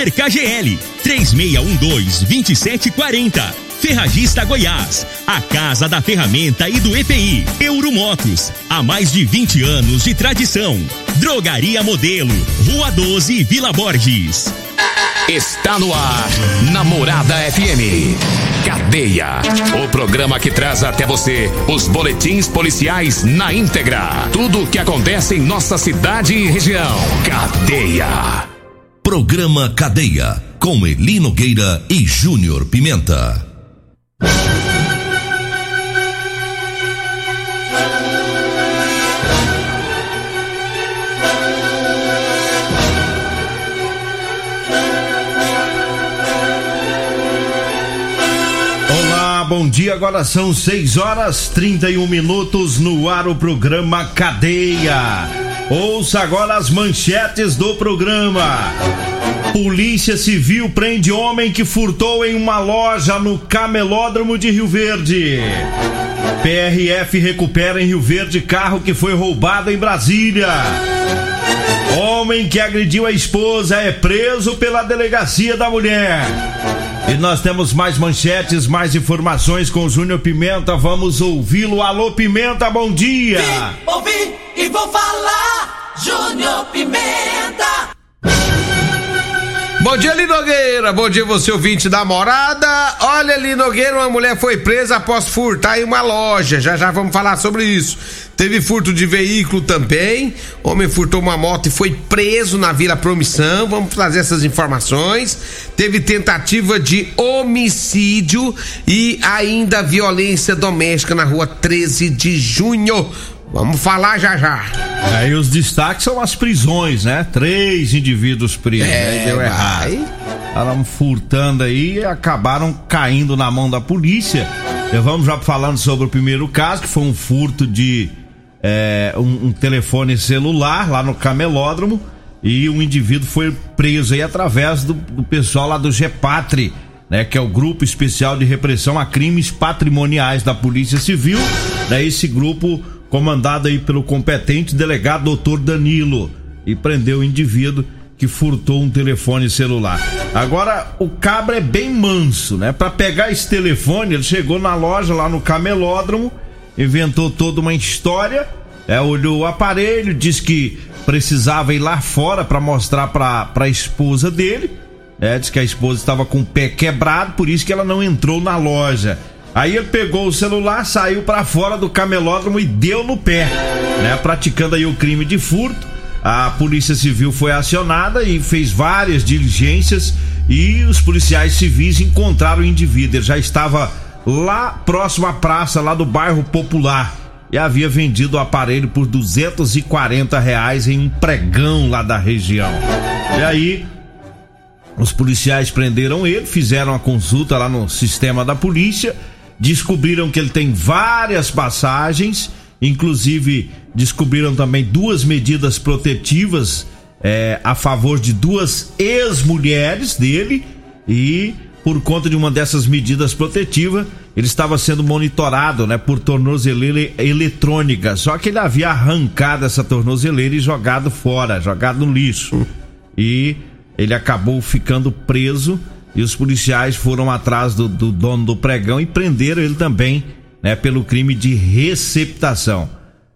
Super KGL 3612-2740. Ferragista Goiás, a casa da ferramenta e do EPI. Euromotos, há mais de 20 anos de tradição. Drogaria Modelo, Rua 12, Vila Borges. Está no ar, Namorada FM. Cadeia, o programa que traz até você os boletins policiais na íntegra. Tudo o que acontece em nossa cidade e região. Cadeia. Programa Cadeia, com Eli Nogueira e Júnior Pimenta. Olá, bom dia, agora são 6h31 no ar o programa Cadeia. Ouça agora as manchetes do programa. Polícia Civil prende homem que furtou em uma loja no Camelódromo de Rio Verde. PRF recupera em Rio Verde carro que foi roubado em Brasília. Homem que agrediu a esposa é preso pela Delegacia da Mulher. E nós temos mais manchetes, mais informações com o Júnior Pimenta. Vamos ouvi-lo. Alô, Pimenta, bom dia. Vim, ouvi e vou falar. Júnior Pimenta. Bom dia, Eli Nogueira. Bom dia, você ouvinte da Morada. Olha, Eli Nogueira, uma mulher foi presa após furtar em uma loja. Já vamos falar sobre isso. Teve furto de veículo também. Homem furtou uma moto e foi preso na Vila Promissão. Vamos trazer essas informações. Teve tentativa de homicídio e ainda violência doméstica na rua 13 de junho. Vamos falar já. Aí os destaques são as prisões, né? 3 indivíduos presos. Deu errado. Estavam furtando aí e acabaram caindo na mão da polícia. Vamos já falando sobre o primeiro caso, que foi um furto de um telefone celular lá no Camelódromo. E um indivíduo foi preso aí através do pessoal lá do GEPATRI, né? Que é o Grupo Especial de Repressão a Crimes Patrimoniais da Polícia Civil. Esse grupo comandado aí pelo competente delegado Dr. Danilo, e prendeu o indivíduo que furtou um telefone celular. Agora, o cabra é bem manso, né? Pra pegar esse telefone, ele chegou na loja lá no Camelódromo, inventou toda uma história, olhou o aparelho, disse que precisava ir lá fora pra mostrar pra esposa dele, disse que a esposa estava com o pé quebrado, por isso que ela não entrou na loja. Aí ele pegou o celular, saiu pra fora do Camelódromo e deu no pé, né? Praticando aí o crime de furto. A Polícia Civil foi acionada e fez várias diligências e os policiais civis encontraram o indivíduo. Ele já estava lá próximo à praça, lá do bairro Popular, e havia vendido o aparelho por R$240 em um pregão lá da região. E aí os policiais prenderam ele, fizeram a consulta lá no sistema da polícia, descobriram que ele tem várias passagens, inclusive descobriram também 2 medidas protetivas a favor de 2 ex-mulheres dele, e por conta de uma dessas medidas protetivas ele estava sendo monitorado, né, por tornozeleira eletrônica, só que ele havia arrancado essa tornozeleira e jogado fora, jogado no lixo, e ele acabou ficando preso. E os policiais foram atrás do dono do pregão e prenderam ele também, né, pelo crime de receptação.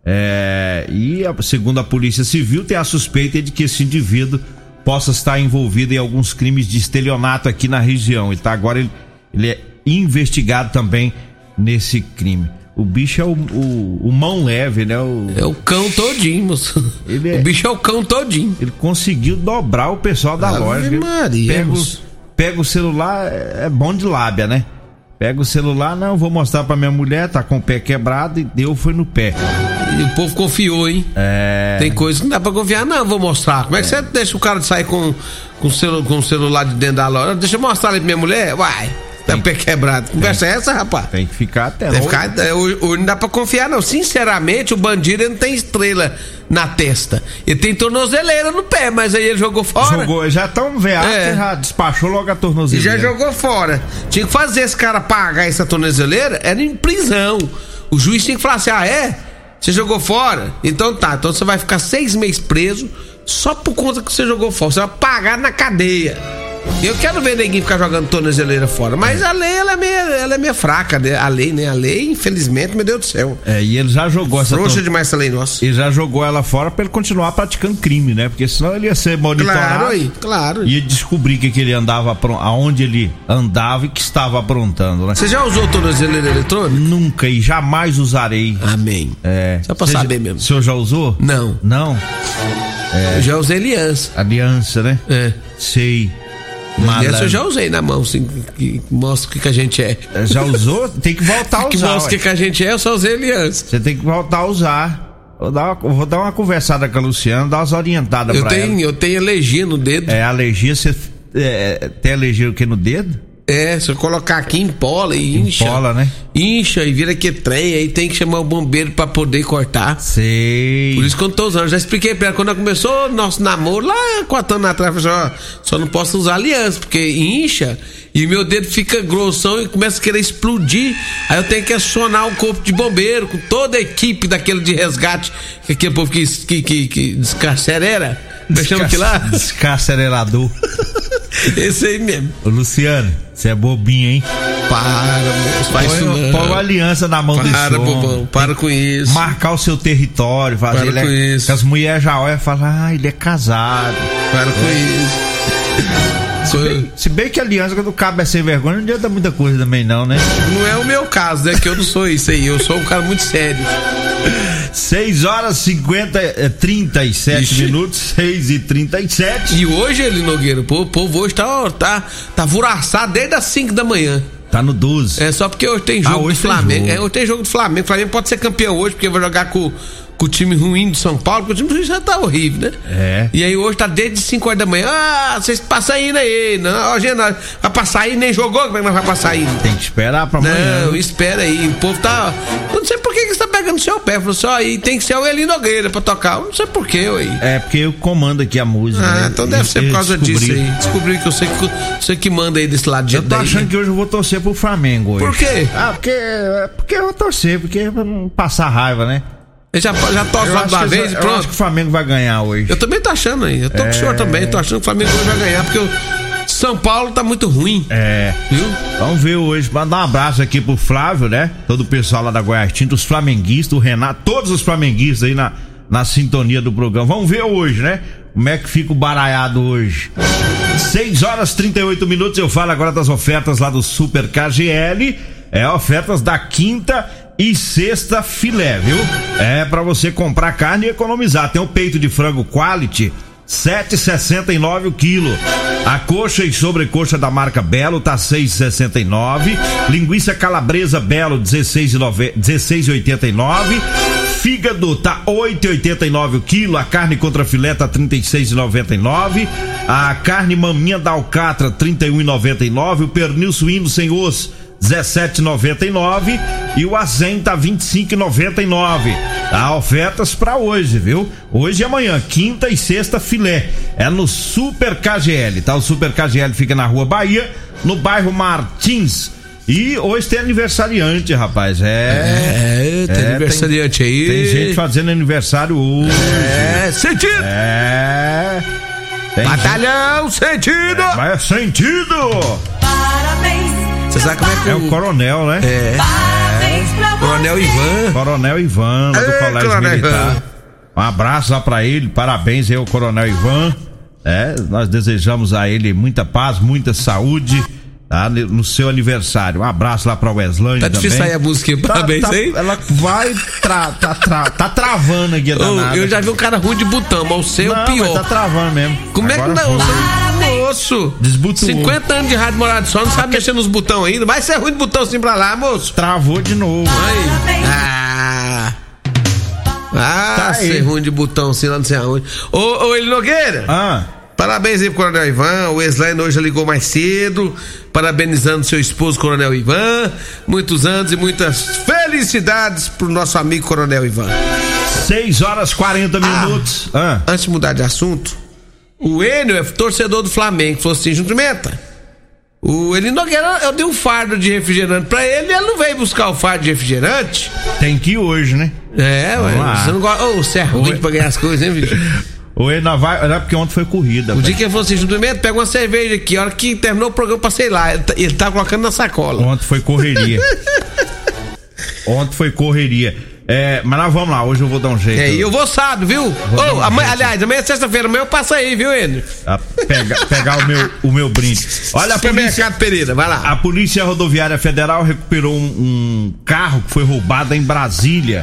E segundo a Polícia Civil, tem a suspeita de que esse indivíduo possa estar envolvido em alguns crimes de estelionato aqui na região. Agora ele é investigado também nesse crime. O bicho é o mão leve, né? É o cão todinho, moço. O bicho é o cão todinho. Ele conseguiu dobrar o pessoal da loja. Maria, Pega o celular, é bom de lábia, né? Pega o celular, não, vou mostrar pra minha mulher, tá com o pé quebrado, e foi no pé. E o povo confiou, hein? Tem coisa que não dá pra confiar, não, vou mostrar. Como é que você deixa o cara sair com o celular de dentro da loja? Deixa eu mostrar ali pra minha mulher, vai. Tá o pé quebrado. Conversa é essa, rapaz? Tem que ficar até. Não dá pra confiar, não. Sinceramente, o bandido ele não tem estrela na testa. Ele tem tornozeleira no pé, mas aí ele jogou fora. Já tão veado, já despachou logo a tornozeleira. E já jogou fora. Tinha que fazer esse cara pagar essa tornozeleira, era em prisão. O juiz tinha que falar assim: você jogou fora? Então tá, então você vai ficar 6 meses preso só por conta que você jogou fora. Você vai pagar na cadeia. Eu quero ver ninguém ficar jogando tornozeleira fora, mas a lei, ela é meio fraca, né? A lei, né? A lei, infelizmente, meu Deus do céu. E ele já jogou essa... Frouxa demais essa lei, nossa. Ele já jogou ela fora pra ele continuar praticando crime, né? Porque senão ele ia ser monitorado. Claro. Ia descobrir que ele andava, aonde ele andava e que estava aprontando, né? Você já usou tornozeleira eletrônica? Nunca e jamais usarei. Amém. Só pra saber mesmo. O senhor já usou? Não. Não? Eu já usei aliança. Aliança, né? Sei. Aliança eu já usei na mão, assim, que mostra o que a gente é. Já usou? Tem que voltar a usar. Que mostra o que a gente é, eu só usei aliança. Você tem que voltar a usar. Vou dar uma conversada com a Luciana, dar umas orientadas pra ela. Eu tenho alergia no dedo. Alergia, você tem alergia o que no dedo? Se eu colocar aqui empola e incha. Empola, né? Incha e vira que trem, aí tem que chamar o bombeiro pra poder cortar. Sei. Por isso que eu não tô usando. Já expliquei pra ela, quando começou nosso namoro, lá 4 anos atrás, eu falei, só não posso usar aliança, porque incha e meu dedo fica grossão e começa a querer explodir. Aí eu tenho que acionar o corpo de bombeiro, com toda a equipe daquele de resgate, que aquele povo que descarcerera. Chama aquilo lá? Descarcerador. Esse aí mesmo. Ô Luciano, você é bobinho, hein? Para, moço, faz isso não. Põe uma aliança na mão desse homem. Para, bobão, para com isso. Marcar o seu território, fazer. Para com isso. Que as mulheres já olham e falam, ele é casado. Para com isso. Se bem que a aliança, quando o cabo é sem vergonha, não adianta muita coisa também não, né? Não é o meu caso, né? Que eu não sou isso aí, eu sou um cara muito sério. 6h37 minutos, 6h37. E hoje, Eli Nogueira, o povo hoje tá vuraçado desde as 5 da manhã. Tá no 12. Só porque hoje tem jogo do Flamengo. Hoje tem jogo do Flamengo. O Flamengo pode ser campeão hoje, porque vai jogar com o time ruim de São Paulo, porque o time já tá horrível, né? E aí hoje tá desde 5 horas da manhã. Vocês passam ainda aí. Não, gente, vai passar aí, nem jogou, como é que nós vai passar aí? Tem que esperar pra amanhã. Não, espera aí. O povo tá. Eu não sei por que você tá pegando o seu pé. Falou só aí, tem que ser o Eli Nogueira pra tocar. Eu não sei por que, ué. Porque eu comando aqui a música. Né? Então deve ser por causa disso aí. Descobri que eu sei que você que manda aí desse lado de Eu tô achando que hoje eu vou torcer pro Flamengo hoje. Por quê? Porque eu vou torcer, porque pra não passar raiva, né? Eu já torço lá de uma vez e pronto. Eu acho que o Flamengo vai ganhar hoje. Eu também tô achando aí. Eu tô com o senhor também. Tô achando que o Flamengo hoje vai ganhar, porque o São Paulo tá muito ruim. Viu? Vamos ver hoje. Mandar um abraço aqui pro Flávio, né? Todo o pessoal lá da Goiás Tinta, os flamenguistas, o Renato, todos os flamenguistas aí na sintonia do programa. Vamos ver hoje, né? Como é que fica o baralhado hoje. 6h38 minutos. Eu falo agora das ofertas lá do Super KGL. Ofertas da quinta e sexta filé, viu? Pra você comprar carne e economizar. Tem o peito de frango quality, 7,69 o quilo. A coxa e sobrecoxa da marca Belo tá 6,69. Linguiça calabresa Belo 16,89. Fígado tá 8,89 o quilo. A carne contra filé tá 36,99. A carne maminha da alcatra 31,99. O pernil suíno sem osso 17,99 e o arzen tá 25,99. Há ofertas pra hoje, viu? Hoje e amanhã, quinta e sexta filé. No Super KGL, tá? O Super KGL fica na Rua Bahia, no bairro Martins. E hoje tem aniversariante, rapaz. Tem aniversariante aí. Tem gente fazendo aniversário hoje. Sentido! Batalhão, sentido! Mas sentido! Parabéns! Você sabe como é que é o coronel, né? Parabéns pra você. Coronel Ivan, lá do Colégio Militar. Um abraço lá pra ele, parabéns aí ao Coronel Ivan. Nós desejamos a ele muita paz, muita saúde, tá? No seu aniversário. Um abraço lá pra Weslândia também. Tá difícil sair a música, parabéns aí. Ela vai tá travando aqui a danada. Eu já vi um cara ruim de botão, mas o seu é o pior. Mas tá travando mesmo. Como agora é que não? Moço, desbutou. 50 anos de rádio Morada do Sol, não sabe mexer nos botões ainda. Vai ser ruim de botão assim pra lá, moço. Travou de novo. Tá ser ruim de botão assim lá não sei aonde. Ô Eli Nogueira. Parabéns aí pro Coronel Ivan. O Wesley hoje ligou mais cedo, parabenizando seu esposo, Coronel Ivan. Muitos anos e muitas felicidades pro nosso amigo Coronel Ivan. 6h40 minutos. Antes de mudar de assunto, o Enio é torcedor do Flamengo, falou assim, Juntimenta, o Eli Nogueira, eu dei um fardo de refrigerante pra ele e ele não veio buscar o fardo de refrigerante. Tem que ir hoje, né? Você não gosta. Você é ruim pra ganhar as coisas, hein, bicho? Não vai, porque ontem foi corrida. O dia que ele falou assim, Jumento, pega uma cerveja aqui. A hora que terminou o programa, passei lá. Ele tá colocando na sacola. Ontem foi correria. Mas nós vamos lá, hoje eu vou dar um jeito. Eu vou sábado, viu? Aliás, amanhã é sexta-feira, amanhã eu passo aí, viu, Enio? Pegar o meu brinde. Olha, a polícia, Pereira, vai lá. A Polícia Rodoviária Federal recuperou um carro que foi roubado em Brasília.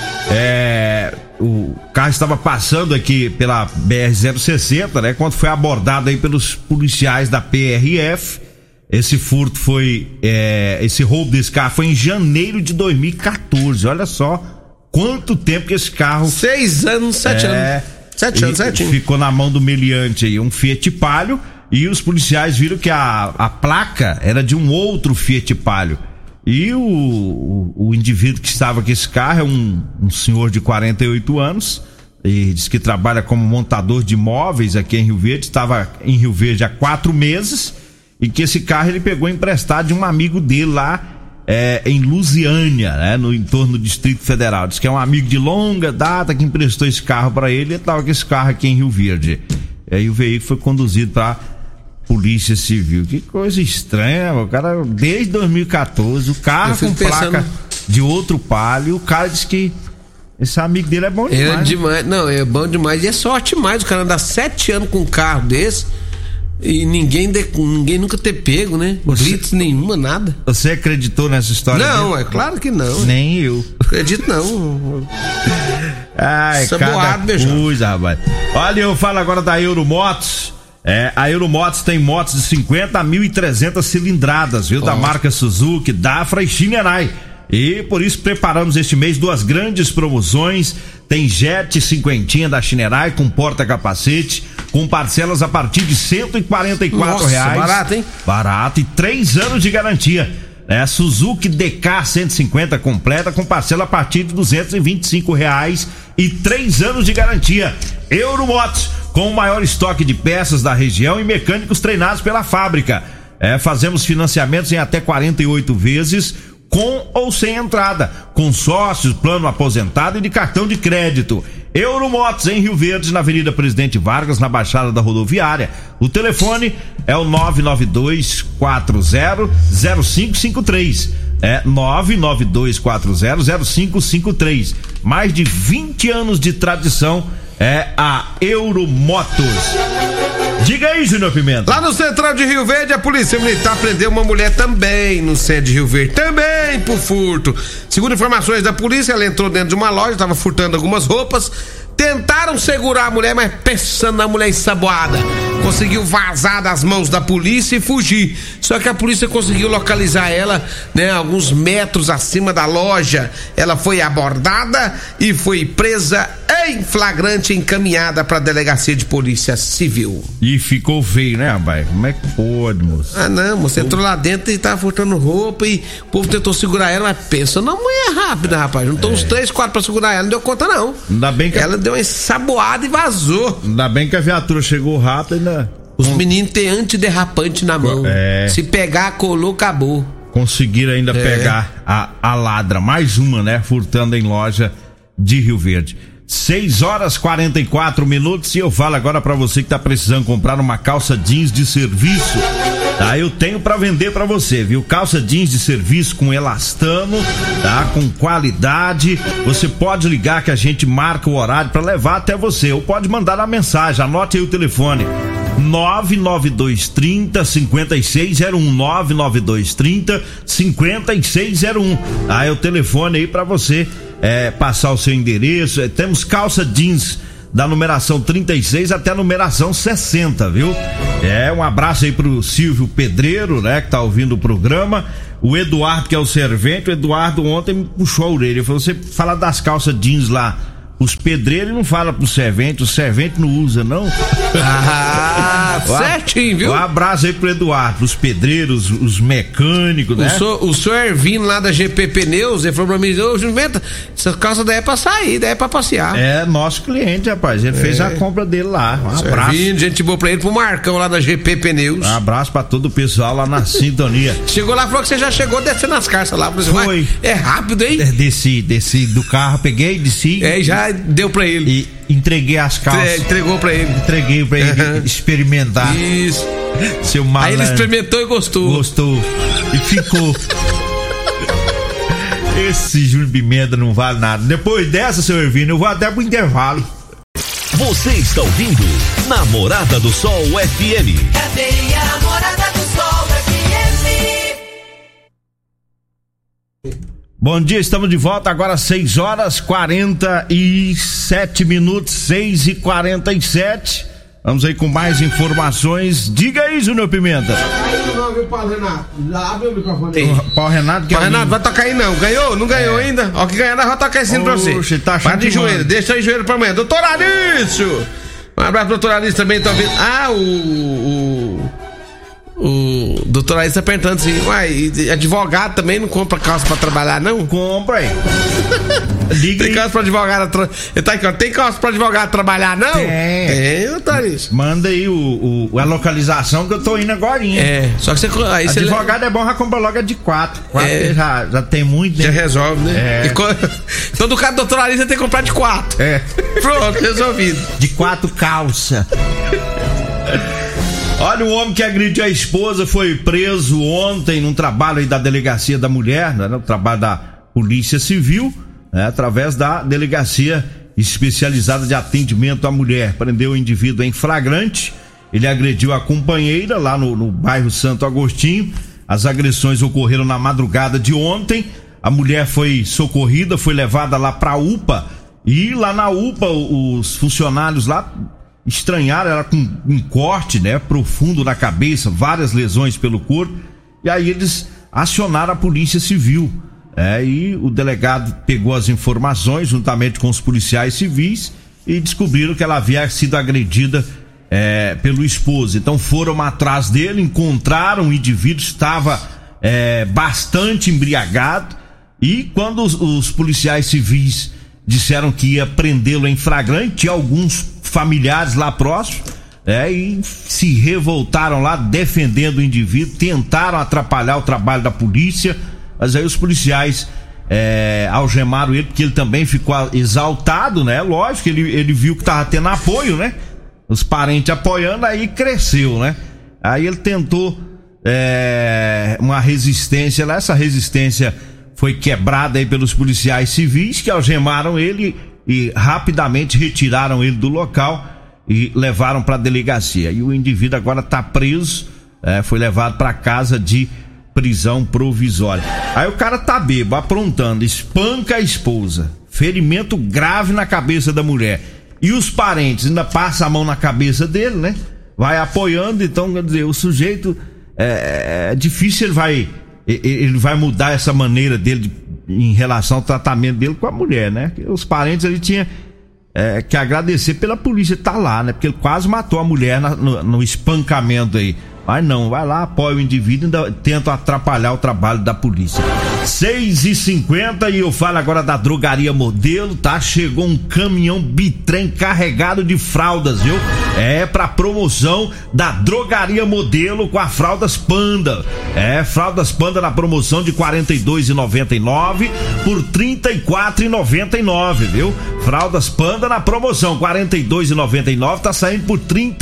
O carro estava passando aqui pela BR-060, né? Quando foi abordado aí pelos policiais da PRF. Esse furto esse roubo desse carro foi em janeiro de 2014. Olha só quanto tempo que esse carro... 6 anos, 7 anos. 7 anos, certinho. Ficou na mão do meliante aí, um Fiat Palio, e os policiais viram que a placa era de um outro Fiat Palio. E o indivíduo que estava com esse carro é um senhor de 48 anos, e diz que trabalha como montador de imóveis aqui em Rio Verde, estava em Rio Verde há 4 meses, e que esse carro ele pegou emprestado de um amigo dele lá em Lusiânia, né, no entorno do Distrito Federal. Diz que é um amigo de longa data que emprestou esse carro para ele, e estava com esse carro aqui em Rio Verde. E aí o veículo foi conduzido para Polícia Civil. Que coisa estranha, o cara, desde 2014, o carro com placa de outro Palio, o cara disse que esse amigo dele é bom demais. Não, é bom demais, e é sorte demais, o cara andar 7 anos com um carro desse e ninguém nunca ter pego, né? Blitz nenhuma, nada. Você acreditou nessa história? Não, é claro que não. Nem eu. Acredito não. Ai, cada coisa, rapaz. Olha, eu falo agora da Euromotos. A Euromotos tem motos de 50 a 1.300 cilindradas, viu? Da marca Suzuki, Dafra e Shinerai. E por isso preparamos este mês 2 grandes promoções. Tem Jet 50 da Shinerai com porta-capacete, com parcelas a partir de R$144. Nossa, barato, hein? Barato, e 3 anos de garantia. Suzuki DK 150 completa com parcela a partir de R$225 e 3 anos de garantia. Euromotos, com o maior estoque de peças da região e mecânicos treinados pela fábrica. Fazemos financiamentos em até 48 vezes, com ou sem entrada, consórcios, plano aposentado e de cartão de crédito. Euromotos em Rio Verde, na Avenida Presidente Vargas, na Baixada da Rodoviária. O telefone é o 992400553. 992400553. Mais de 20 anos de tradição a Euromotos. Diga aí, Júnior Pimenta. Lá no Central de Rio Verde, a Polícia Militar prendeu uma mulher também no centro de Rio Verde, também por furto. Segundo informações da polícia, ela entrou dentro de uma loja, estava furtando algumas roupas. Tentaram segurar a mulher, mas pensando na mulher ensaboada, conseguiu vazar das mãos da polícia e fugir. Só que a polícia conseguiu localizar ela, né, alguns metros acima da loja. Ela foi abordada e foi presa em flagrante, encaminhada para a delegacia de polícia civil. E ficou feio, né, rapaz? Como é que pode, moço? Ah, não, moço, entrou lá dentro e tava furtando roupa e o povo tentou segurar ela, mas pensa na mulher rápida, rapaz. Não estão uns 3, 4 pra segurar ela, não deu conta, não. Ainda bem que ela deu uma ensaboada e vazou. Ainda bem que a viatura chegou rápido ainda. Os meninos têm antiderrapante na mão. Se pegar, colou, acabou. Conseguiram ainda pegar a ladra, mais uma, né? Furtando em loja de Rio Verde. 6h44 e eu falo agora pra você que tá precisando comprar uma calça jeans de serviço. Tá, eu tenho pra vender pra você, viu? Calça jeans de serviço com elastano, tá? Com qualidade. Você pode ligar que a gente marca o horário pra levar até você, ou pode mandar uma mensagem. Anote aí o telefone: 99230-5601. 99230-5601. É o telefone aí pra você passar o seu endereço. Temos calça jeans da numeração 36 até a numeração 60, viu? Um abraço aí pro Silvio Pedreiro, né, que tá ouvindo o programa. O Eduardo, que é o servente. O Eduardo ontem me puxou a orelha. Ele falou: você fala das calças jeans lá, os pedreiros não falam pro servente, o servente não usa, não. Certinho, viu? Um abraço aí pro Eduardo, pros pedreiros, os mecânicos, né? O senhor Ervino lá da GP Pneus, ele falou pra mim: ô, Jumenta, essa calça daí é pra sair, daí é pra passear. É nosso cliente, rapaz, ele fez a compra dele lá. Um abraço. Ervino, gente boa pra ele, pro Marcão lá da GP Pneus. Um abraço pra todo o pessoal lá na sintonia. Chegou lá, falou que você já chegou descendo as carças lá. Foi. É rápido, hein? Desci do carro, peguei, desci. Já lá e deu pra ele. E entreguei as calças. Entregou pra ele. Entreguei pra ele experimentar. Isso. Seu malandro. Aí ele experimentou e gostou. Gostou. E ficou. Esse Júnior Pimenta não vale nada. Depois dessa, seu Ervino, eu vou até pro intervalo. Você está ouvindo Namorada do Sol FM. Cadê a Namorada do Sol FM? Bom dia, estamos de volta agora às 6:47, 6:47. Vamos aí com mais informações. Diga aí, Júnior Pimenta. Paulo Renato, abre o microfone aí. Paulo Renato, Paulo Renato, vai tocar aí não. Ganhou? Não ganhou ainda? Ó, que ganhar, nós vamos tocar esse pra você. Tá para de joelho, deixa aí joelho pra amanhã. Doutor Alício! Um abraço pro doutor Alício também, tá ouvindo? O doutor Alício tá perguntando assim, uai, advogado também não compra calça pra trabalhar, não? Compra aí. Tem calça pra advogado. Tá aqui, ó. Tem calça pra advogado trabalhar, não? Tem, doutor Alício. Manda aí a localização que eu tô indo agora. Só que você. Aí advogado é bom, já compra logo de 4. 4 já tem muito, né? Já resolve, né? Então, do caso do doutor Alício, você tem que comprar de 4. Pronto, resolvido. De 4 calça. Olha, o homem que agrediu a esposa foi preso ontem num trabalho aí da Delegacia da Mulher, né? No trabalho da Polícia Civil, né? Através da Delegacia Especializada de Atendimento à Mulher. Prendeu o indivíduo em flagrante. Ele agrediu a companheira lá no bairro Santo Agostinho. As agressões ocorreram na madrugada de ontem. A mulher foi socorrida, foi levada lá pra UPA. E lá na UPA, os funcionários lá estranharam ela com um corte, né, profundo na cabeça, várias lesões pelo corpo, e aí eles acionaram a Polícia Civil, e o delegado pegou as informações juntamente com os policiais civis e descobriram que ela havia sido agredida pelo esposo. Então foram atrás dele, encontraram o indivíduo, estava bastante embriagado, e quando os policiais civis disseram que ia prendê-lo em flagrante, tinha alguns familiares lá próximos, e se revoltaram lá defendendo o indivíduo, tentaram atrapalhar o trabalho da polícia, mas aí os policiais algemaram ele, porque ele também ficou exaltado, né? Lógico, ele viu que tava tendo apoio, né? Os parentes apoiando, aí cresceu, né? Aí ele tentou uma resistência lá, essa resistência foi quebrada aí pelos policiais civis, que algemaram ele e rapidamente retiraram ele do local e levaram para a delegacia. E o indivíduo agora está preso, foi levado para casa de prisão provisória. Aí o cara tá bêbado, aprontando, espanca a esposa, ferimento grave na cabeça da mulher. E os parentes ainda passam a mão na cabeça dele, né? Vai apoiando, então, quer dizer, o sujeito é difícil, ele vai mudar essa maneira dele em relação ao tratamento dele com a mulher, né? Os parentes ali tinham que agradecer pela polícia estar lá, né? Porque ele quase matou a mulher no espancamento aí. Mas não, vai lá, apoia o indivíduo e ainda tenta atrapalhar o trabalho da polícia. 6:50 e eu falo agora da Drogaria Modelo, tá? Chegou um caminhão bitrem carregado de fraldas, viu? Pra promoção da Drogaria Modelo com as fraldas Panda. Fraldas Panda na promoção de R$ 42,99 por R$ 34,99, viu? Fraldas Panda na promoção, R$ 42,99, tá saindo por R$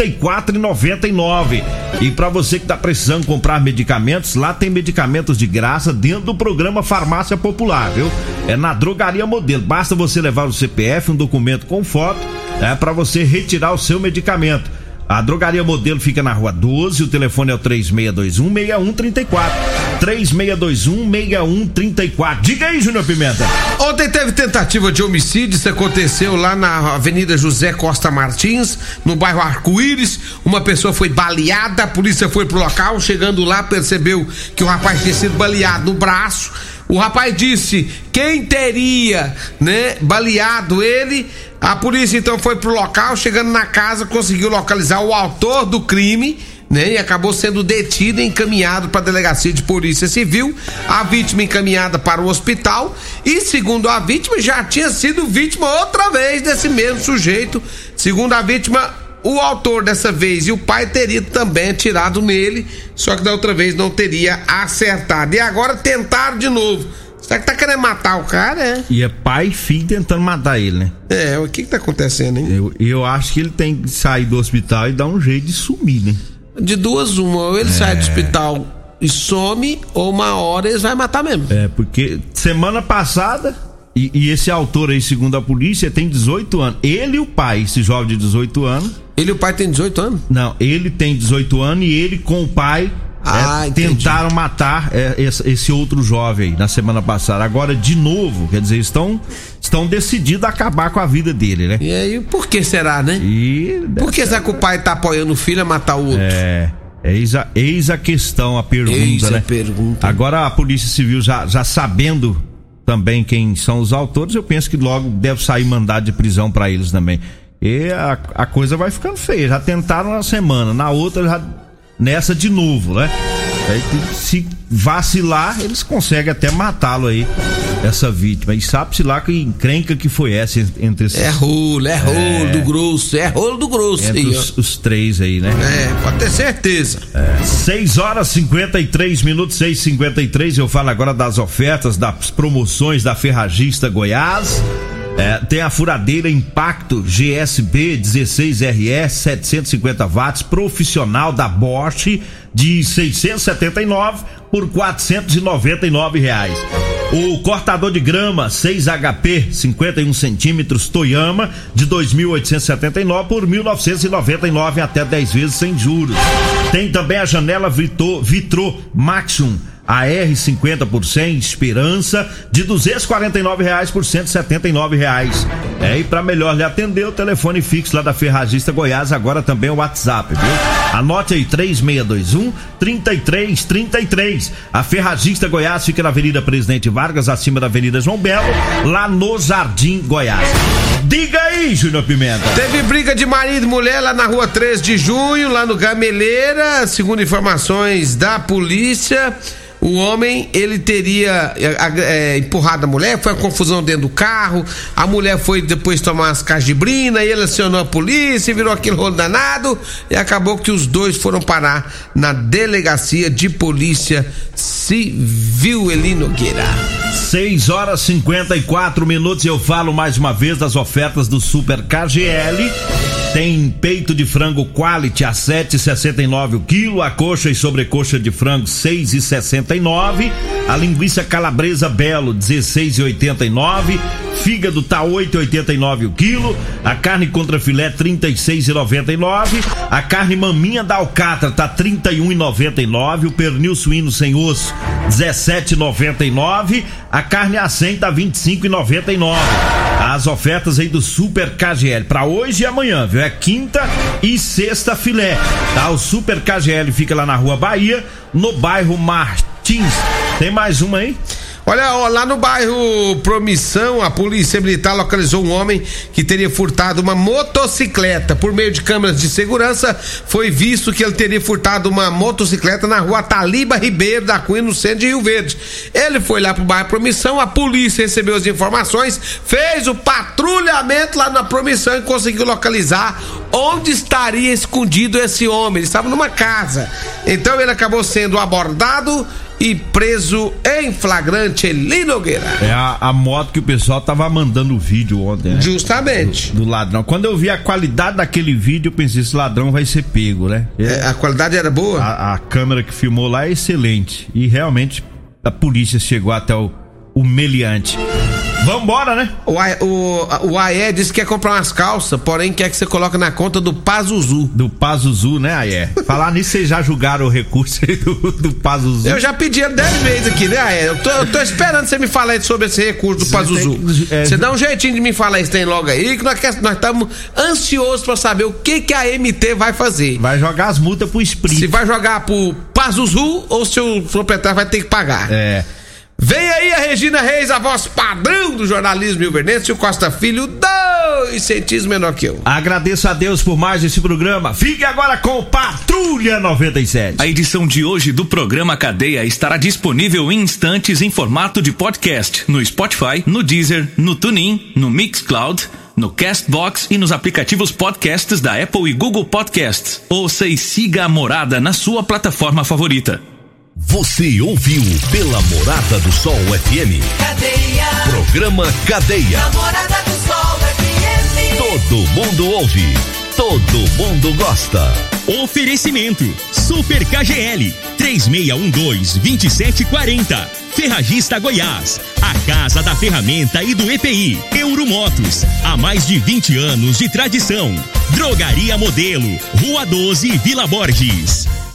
34,99. E pra você que tá precisando comprar medicamentos, lá tem medicamentos de graça dentro do programa Farmácia Popular, viu? Na Drogaria Modelo, basta você levar o CPF, um documento com foto, para você retirar o seu medicamento. A Drogaria Modelo fica na Rua 12, o telefone é o 3621-6134. 3621-6134. Diga aí, Júnior Pimenta. Ontem teve tentativa de homicídio, isso aconteceu lá na Avenida José Costa Martins, no bairro Arco-Íris. Uma pessoa foi baleada, a polícia foi pro local, chegando lá percebeu que o rapaz tinha sido baleado no braço. O rapaz disse quem teria, baleado ele. A polícia então foi pro local, chegando na casa, conseguiu localizar o autor do crime, e acabou sendo detido e encaminhado para a Delegacia de Polícia Civil. A vítima encaminhada para o hospital e, segundo a vítima, já tinha sido vítima outra vez desse mesmo sujeito. Segundo a vítima, o autor dessa vez e o pai teria também atirado nele, só que da outra vez não teria acertado. E agora tentaram de novo. Será que tá querendo matar o cara, é? E é pai e filho tentando matar ele, né? O que tá acontecendo, hein? Eu acho que ele tem que sair do hospital e dar um jeito de sumir, né? De duas, uma. Ou ele sai do hospital e some, ou uma hora eles vão matar mesmo. Porque semana passada, e esse autor aí, segundo a polícia, tem 18 anos. Ele e o pai, esse jovem de 18 anos. Ele e o pai tem 18 anos? Não, ele tem 18 anos e ele com o pai tentaram matar esse outro jovem aí na semana passada. Agora, de novo, quer dizer, estão decididos a acabar com a vida dele, né? E aí, por que será, né? Por que será que o pai tá apoiando o filho a matar o outro? Eis a questão, a pergunta, né? Agora a Polícia Civil já sabendo também quem são os autores, eu penso que logo deve sair mandado de prisão pra eles também. E a coisa vai ficando feia. Já tentaram na semana, na outra já nessa de novo, né? Aí, se vacilar, eles conseguem até matá-lo aí, essa vítima. E sabe-se lá que encrenca que foi essa entre esses... É rolo do grosso. Entre aí, os três aí, né? Pode ter certeza. 6h53, 6h53. Eu falo agora das ofertas, das promoções da Ferragista Goiás. Tem a furadeira Impacto GSB 16RE 750 watts profissional da Bosch de 679 por R$499. O cortador de grama 6 HP 51 centímetros Toyama de 2.879 por R$1.999 até 10 vezes sem juros. Tem também a janela Vitrô Maximum AR50 por 100 Esperança de R$249 por R$179. E para melhor lhe atender, o telefone fixo lá da Ferragista Goiás, agora também o WhatsApp, viu? Anote aí 3621-3333. A Ferragista Goiás fica na Avenida Presidente Vargas, acima da Avenida João Belo, lá no Jardim Goiás. Diga aí, Júnior Pimenta. Teve briga de marido e mulher lá na rua 3 de junho, lá no Gameleira. Segundo informações da polícia, o homem, ele teria empurrado a mulher, foi uma confusão dentro do carro, a mulher foi depois tomar umas cajibrina, e ele acionou a polícia, virou aquele rolo danado, e acabou que os dois foram parar na delegacia de polícia civil, Eli Nogueira. 6h54, eu falo mais uma vez das ofertas do Super KGL. Tem peito de frango quality a R$7,69 o quilo, a coxa e sobrecoxa de frango R$6,69, a linguiça calabresa Belo R$16,89, fígado tá R$8,89 o quilo, a carne contra filé R$36,99, a carne maminha da alcatra tá R$31,99, o pernil suíno sem osso R$17,99, a carne a 100 tá R$25,99. As ofertas aí do Super KGL para hoje e amanhã, viu? É quinta e sexta filé, tá? O Super KGL fica lá na Rua Bahia, no bairro Martins. Tem mais uma aí? Olha, lá no bairro Promissão, a polícia militar localizou um homem que teria furtado uma motocicleta. Por meio de câmeras de segurança, foi visto que ele teria furtado uma motocicleta na rua Taliba Ribeiro da Cunha, no centro de Rio Verde. Ele foi lá pro bairro Promissão, a polícia recebeu as informações, fez o patrulhamento lá na Promissão e conseguiu localizar onde estaria escondido esse homem. Ele estava numa casa. Então ele acabou sendo abordado e preso em flagrante, Eli Nogueira. É a moto que o pessoal tava mandando o vídeo ontem, né? Justamente. Do ladrão. Quando eu vi a qualidade daquele vídeo, eu pensei, esse ladrão vai ser pego, né? A qualidade era boa? A câmera que filmou lá é excelente. E realmente a polícia chegou até o meliante. Vambora, né? O Aé disse que quer comprar umas calças, porém quer que você coloque na conta do Pazuzu. Do Pazuzu, né, Aé? Falar nisso, vocês já julgaram o recurso aí do Pazuzu? Eu já pedi 10 vezes aqui, né, Aé? Eu tô esperando você me falar sobre esse recurso do Pazuzu. Você dá um jeitinho de me falar isso tem logo aí, que nós estamos ansiosos pra saber o que a MT vai fazer. Vai jogar as multas pro Sprint. Se vai jogar pro Pazuzu ou se o proprietário vai ter que pagar. Vem aí a Regina Reis, a voz padrão do jornalismo rioverdense, e o Costa Filho, 2 centímetros menor que eu. Agradeço a Deus por mais esse programa. Fique agora com Patrulha 97. A edição de hoje do programa Cadeia estará disponível em instantes em formato de podcast no Spotify, no Deezer, no TuneIn, no Mixcloud, no Castbox e nos aplicativos podcasts da Apple e Google Podcasts. Ouça e siga a Morada na sua plataforma favorita. Você ouviu pela Morada do Sol FM. Cadeia. Programa Cadeia. Morada do Sol FM. Todo mundo ouve. Todo mundo gosta. Oferecimento Super KGL 3612-2740. Ferragista Goiás, a casa da ferramenta e do EPI. Euromotos, há mais de 20 anos de tradição. Drogaria Modelo, Rua 12, Vila Borges.